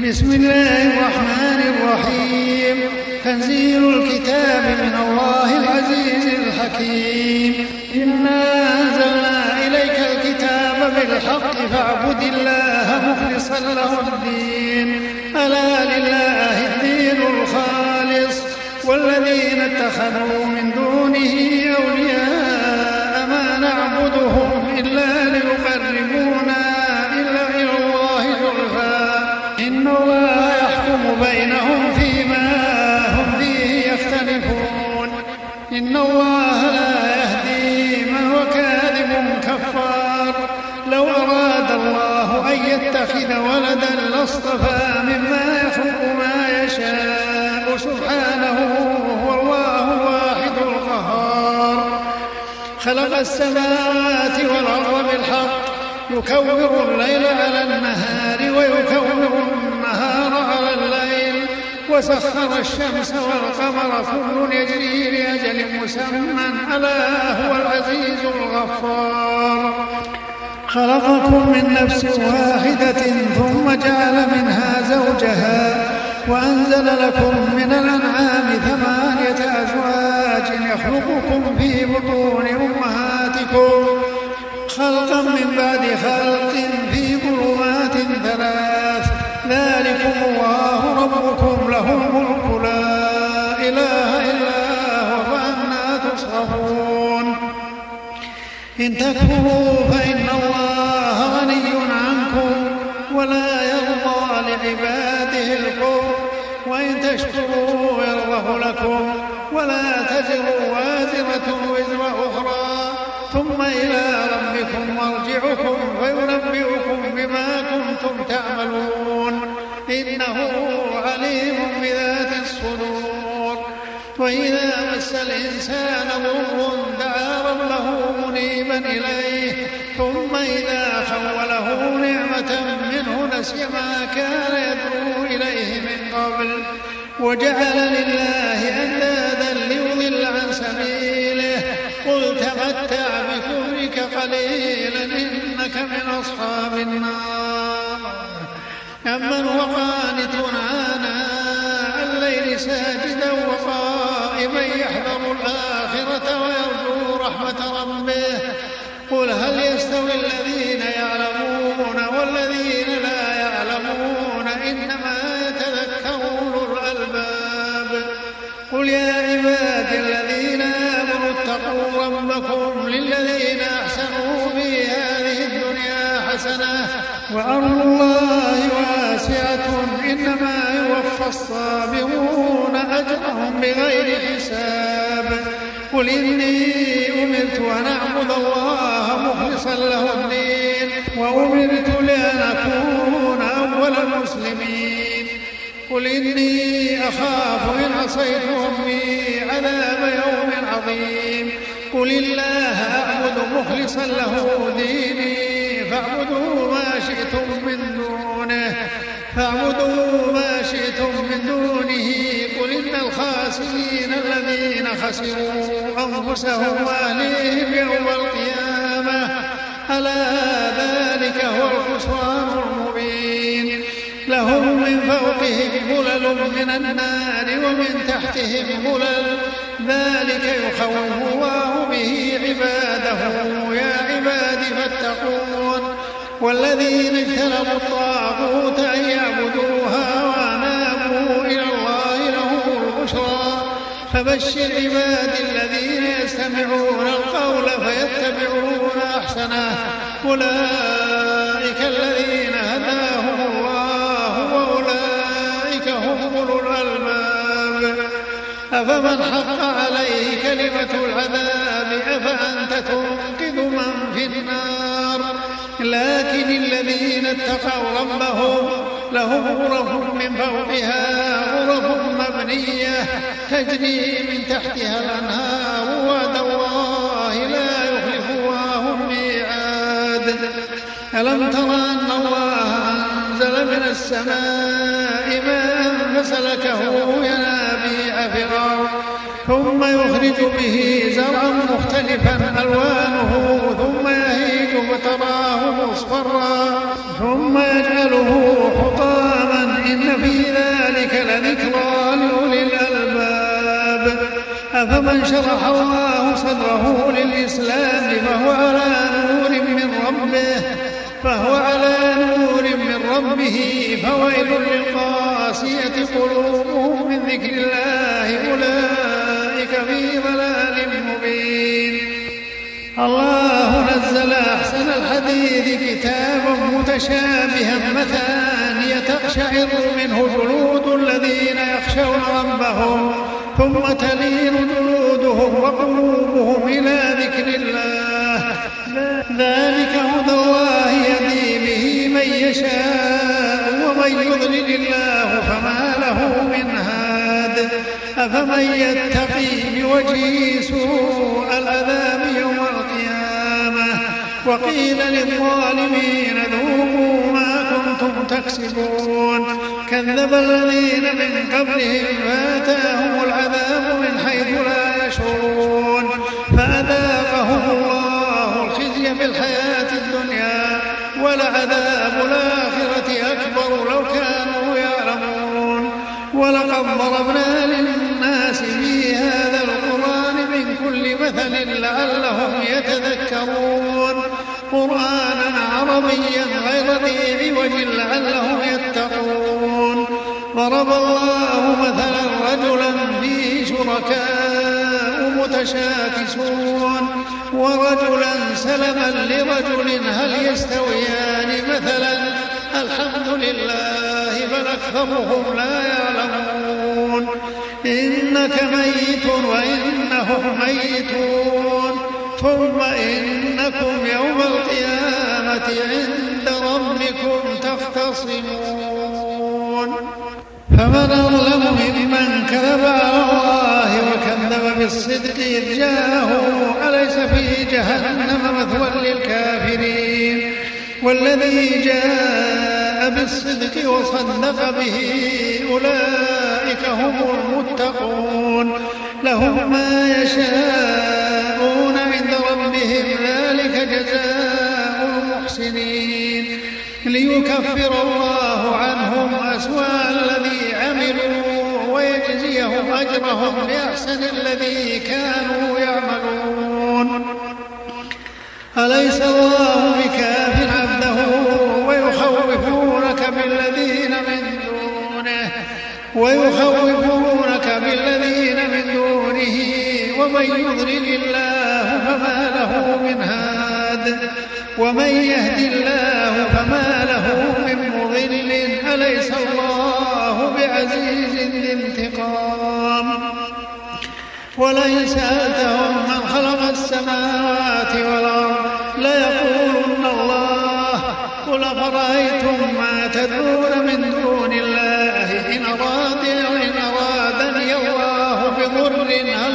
بسم الله الرحمن الرحيم. تنزيل الكتاب من الله العزيز الحكيم. إنا أنزلنا إليك الكتاب بالحق فاعبد الله مخلصا له الدين. ألا لله الدين الخالص والذين اتخذوا من دونه أولياء ما نعبدهم إلا ليقربونا إلى الله زلفى إن الله يحكم بينهم فيما هم فيه يختلفون. إن الله لا يهدي من هو كاذب كفار. لو أراد الله أن يتخذ ولدا لاصطفى مما يخلق ما يشاء سبحانه هو الله الواحد القهار. خلق السماوات والأرض بالحق يكور الليل على النهار ويكور النهار على الليل وسخر الشمس والقمر كل يجري لأجل مسمى ألا هو العزيز الغفار. خلقكم من نفس واحدة ثم جعل منها زوجها وأنزل لكم من الأنعام 8 أزواج يخلقكم في بطون أمهاتكم خلقا من بعد خلق في ظلمات 3. ذلكم الله ربكم له الملك لا إله إلا هو فأنى تصرفون. إن تكفروا فإن الله غني عنكم ولا يرضى لعباده الكفر وإن تشكروا يرضه لكم ولا تزر وازرة وزر أخرى ثم إلى ربكم مرجعكم فينبئكم بما كنتم تعملون إنه عليم بذات الصدور. وإذا مس الإنسان ضر دعا ربه منيبا إليه ثم إذا خوله نعمة منه نسي ما كان يدعو إليه من قبل وجعل لله أندادا ليضل عن سبيله. قل تمتع بكفرك قليلا إنك من أصحاب النار. أمن هو قانت آناء الليل ساجدا وقائما يحذر الآخرة ويرجو رحمة ربه. قل هل يستوي الذين يعلمون والذين لا يعلمون إنما يتذكر أولو الألباب. قل يا عبادي الذين آمنوا اتقوا ربكم للذين أحسنوا في هذه الدنيا حسنة وأرض الله واسعة إنما يوفى الصابرون أجرهم بغير حساب. قل إني أمرت أن أعبد الله مخلصا له الدين وأمرت لأن أكون أول المسلمين. قل إني أخاف إن عصيت ربي عذاب يوم عظيم. قل الله أعبد مخلصا له ديني فاعبدوا ما شئتم من دونه. قل إن الخاسرين الذين خسروا أنفسهم وأهليهم يوم القيامة ألا ذلك هو الخسران المبين. لهم من فوقهم ظلل من النار ومن تحتهم ظلل ذلك يخوف الله به عباده يا عباد فاتقون. والذين اجتنبوا الطاغوت أن يعبدوها وأنابوا إلى الله لهم البشرى. فبشر عبادي الذين يستمعون القول فيتبعون أحسنه أولئك الذين هداهم الله وأولئك هم أولو الألباب. أفمن حق عليه كلمة العذاب أفأنت تنقذ من في النار. لكن الذين اتقوا ربهم لهم غرف من فوقها غرف مبنية تجري من تحتها الأنهار وعد الله لا يخلف الله الميعاد. ألم تر أن الله أنزل من السماء ماء فسلكه ينابيع في الأرض ثم يخرج به زرعا مختلفا ألوانه ثم يهيج فتراه مصفرا ثم يجعله حطاما إن أفمن شرح الله صدره للإسلام فهو على نور من ربه فويل للقاسية قلوبهم من ذكر الله أولئك في ضلال مبين. الله نزل أحسن الحديث كتابا متشابها مثانية تقشعر منه جلود الذين يخشون ربهم ثم تلين جلودهم وقلوبهم إلى ذكر الله ذلك هدى الله يهدي به من يشاء ومن يضلل الله فما له من هاد. أفمن يتقي بوجهه سوء العذاب يوم القيامة وقيل للظالمين ذوقوا ما كنتم تكسبون كذب الذين من قبلهم فأتاهم العذاب من حيث لا يشعرون فأذاقهم الله الخزي في الحياة الدنيا ولعذاب الآخرة أكبر لو كانوا يعلمون. ولقد ضربنا للناس في هذا القرآن من كل مثل لعلهم يتذكرون قرآنا عربيا غير ذي عوج لعلهم يتقون. ضرب الله مثلا رجلا فيه شركاء متشاكسون ورجلا سلما لرجل هل يستويان مثلا الحمد لله بل أكثرهم لا يعلمون. إنك ميت وإنهم ميتون ثم إنكم يوم القيامة عند ربكم تختصمون. فمن أظلم ممن كذب على الله وكذب بالصدق إذ جاءه أليس في جهنم مثوى للكافرين والذي جاء بالصدق وصدق به أولئك هم المتقون لهم ما يشاءون عند ربهم ذلك جزاء المحسنين ليكفر الله عنهم أسوأ الذي عملوا ويجزيهم أجرهم بأحسن الذي كانوا يعملون. أليس الله بكاف عبده ويخوفونك بالذين من دونه ومن يضلل الله فما له من هاد ومن يهد الله فما له من مضل أليس الله بعزيز ذي انتقام. ولئن سألتهم من خلق السماوات والأرض ليقولن الله قل أفرأيتم ما تدعون من دون الله إن أرادني الله بضر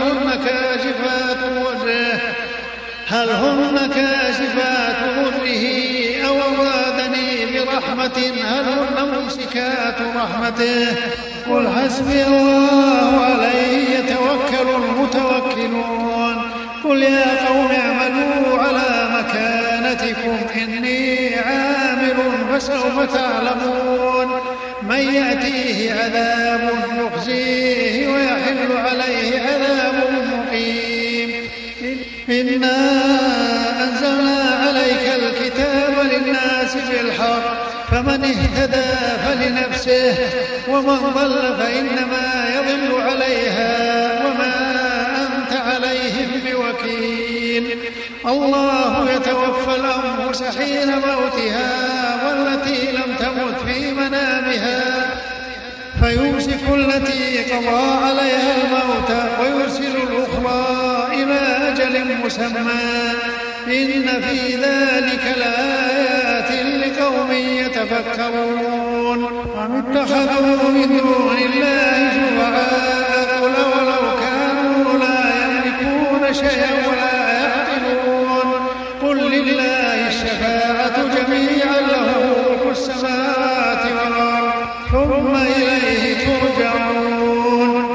هل هن كاشفات ضره أو أرادني برحمة هل هن ممسكات رحمته قل حسبي الله عليه يتوكل المتوكلون. قل يا قوم اعملوا على مكانتكم إني عامل فسوف تعلمون من يأتيه عذاب يخزيه ويحل عليه عذاب مقيم. إنا أنزلنا عليك الكتاب للناس بالحق فمن اهتدى فلنفسه ومن ضل فإنما يضل عليها وما أنت عليهم بوكيل. الله يتوفى الأنفس حين موتها والتي لم تمت في منامها فيمسك التي قضى عليها الموت ويرسل الأخرى إلى أجل مسمى إن في ذلك لآيات لقوم يتفكرون. أم اتخذوا من دون الله شفعاء قل ولو كانوا لا يملكون شيئا ولا يعقلون قل لله الشفاعة جميعا له ملك السماوات والأرض ثم إليه ترجعون.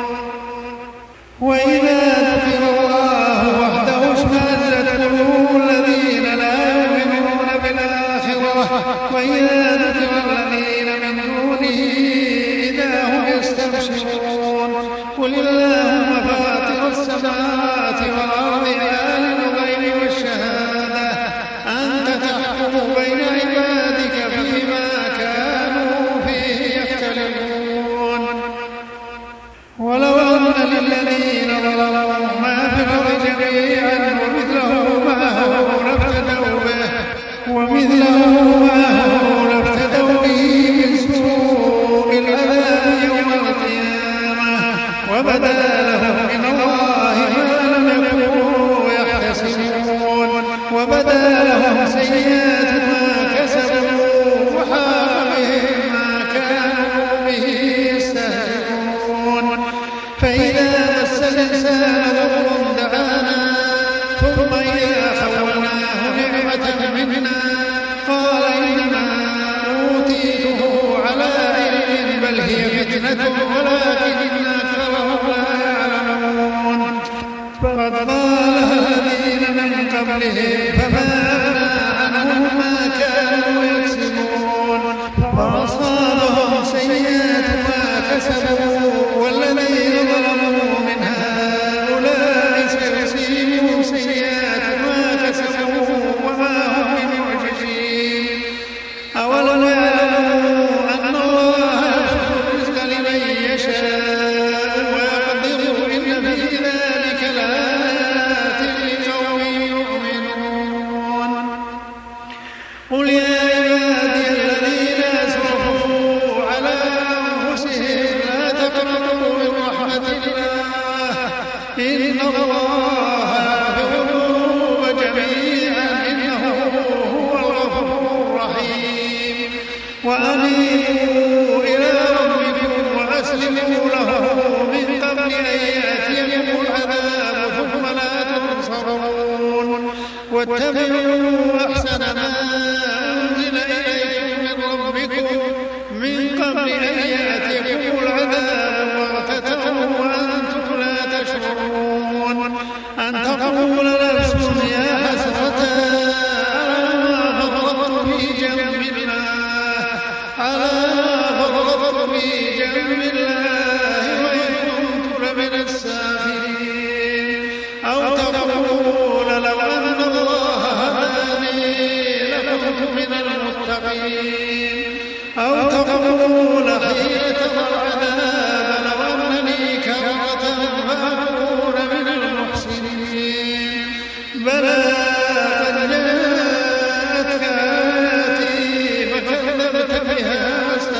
وإذا ذكر الله وحده اشمأزت قلوب الذين لا يؤمنون بالآخرة وإذا ذكر الذين من دونه إذا هم يستبشرون. قل اللهم فاطر السماوات السماوات والأرض عالم الغيب والشهادة أنت تحكم بين عبادك فيما كانوا فيه يختلفون ولو أن للذين ظلموا ما في الأرض جميعا ومثله معه لافتدوا به من سوء العذاب يوم القيامة وبدا لهم من الله ما لم يكونوا يحتسبون وبدا لهم سيئات ما كسبوا وحاق بهم ما كانوا به يستهزئون فإذا مس الإنسان ضر دعانا ثم إذا خولناه نعمة منا قال إنما أوتيته على علم بل هي فتنة ولكن أكثرهم لا يعلمون فقد قالها الذين من قبلهم فما أغنى عنهم ما كانوا يكسبون فأصابهم سيئات ما كسبوا والذين ظلموا من هؤلاء سيصيبهم سيئات ما كسبوا وما هم بمعجزين أولم يعلموا أن الله يبسط الرزق لمن يشاء ويقدر إن في ذلك لآيات لقوم يؤمنون قل يا عبادي الذين أسرفوا على أنفسهم لا تقنطوا من رحمة الله إن الله يغفر الذنوب جميعا إنه هو الغفور الرحيم وأنيبوا إلى ربكم وأسلموا له من قبل أن يأتيكم العذاب ثم لا تنصرون واتبعوا أحسن ما أنزل إليكم من ربكم من قبل أن يأتيكم العذاب بغتة وأنتم لا تشعرون أن تقول نفس يا حسرة على ما فرطت في جنب الله وإن كنت لمن الساخرين أو تقول لو أن الله هداني لكنت من المتقين أو تقول حين ترى العذاب لو أنني كرة فأكون من المحسنين بلى قد جاءتك آياتي فكذبت بها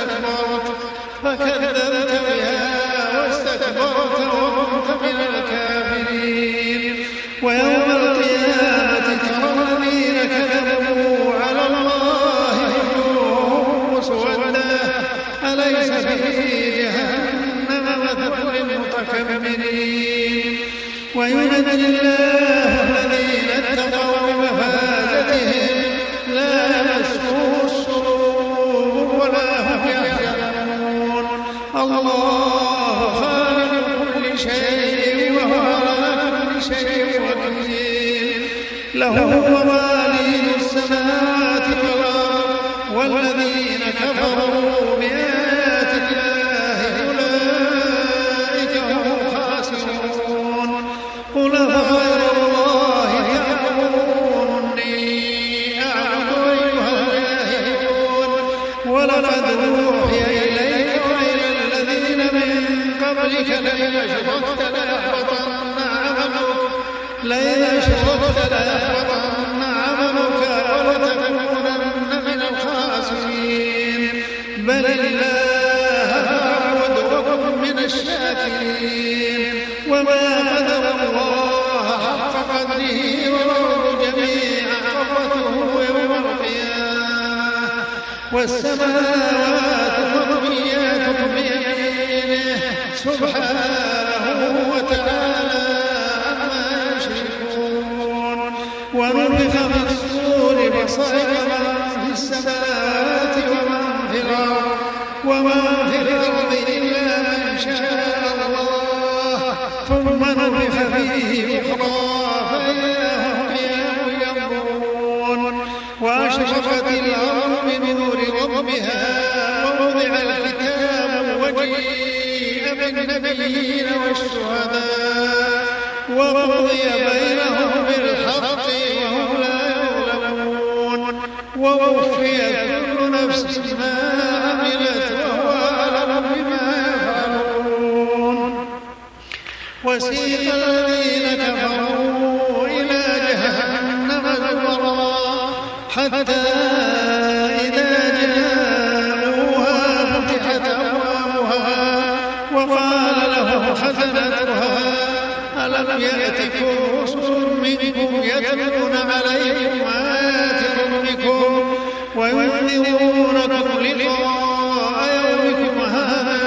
واستكبرت وكنت من الكافرين ويوم القيامة ترى الذين كذبوا على الله وجوههم مسودة أليس في جهنم مثوى للمتكبرين وينجي الله الذين اتقوا بمفازتهم لا يمسهم السوء ولا هم يحزنون الله خالق كل شيء وهو على كل شيء وكيل له مواليد السماوات والأرض والذين كفروا بآيات الله أولئك هم الخاسرون قل أفغير الله تأمروني أعبد أيها الجاهلون ولقد أوحي إليك وإلى الذين من قبلك لئن أشركت ليحبطن عملك ولتكونن من الخاسرين بل الله فاعبد وكن من الشاكرين وما قدر الله حق قدره والأرض جميعا قبضته يوم القيامة والسماوات مطويات بيمينه سبحانه وتعالى عما يشركون ونفخ في الصور فصعق من في السماوات ومن في الأرض إلا من شاء الله ثم نفخ فيه أخرى فإذا هم قيام ينظرون وأشرقت الأرض بنور ربها ووضع الكتاب وجيء بالنبيين والشهداء وقضي بينهم بالحق وهم لا يظلمون ووفيت كل نفس ما عملت وهو أعلم بما يفعلون وسيق الذين كفروا إلى جهنم زمرا حتى إذا جاءوها فتحت أبوابها وقال لهم خزنتها ألم يأتكم رسل منكم يتلون عليكم آيات ربكم وينذرونكم لقاء يومكم هذا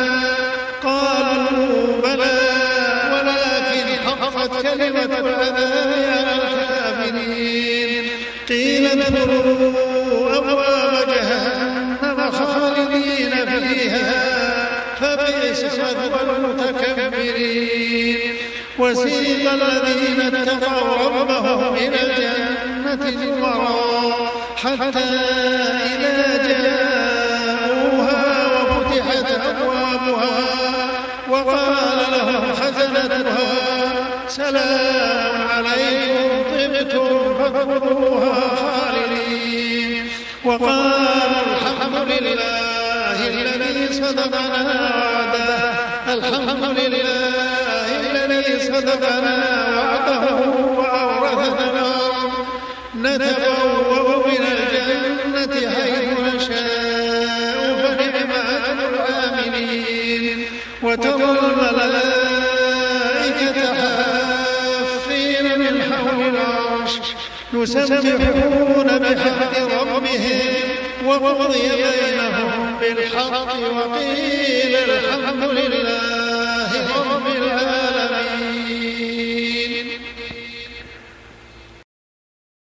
قالوا بلى ولكن حقت كلمة العذاب على الكافرين قيل ادخلوا أبواب جهنم خالدين فيها فبئس مثوى المتكبرين وسيق الذين اتقوا ربهم إلى الجنة زمرا حتى إذا جاءوها وفتحت أبوابها وقال لهم خزنتها سلام عليكم طبتم فادخلوها خالدين وقالوا الحمد لله الذي صدقنا وعده الحمد لله الذي صدقنا وعده وأورثنا الأرض نتبوأ من الجنة حيث نشاء فنعم أجر العاملين وترى الملائكة حافين من حول العرش يسبحون بحمد ربهم وقضي بينهم بالحق وقيل الحمد لله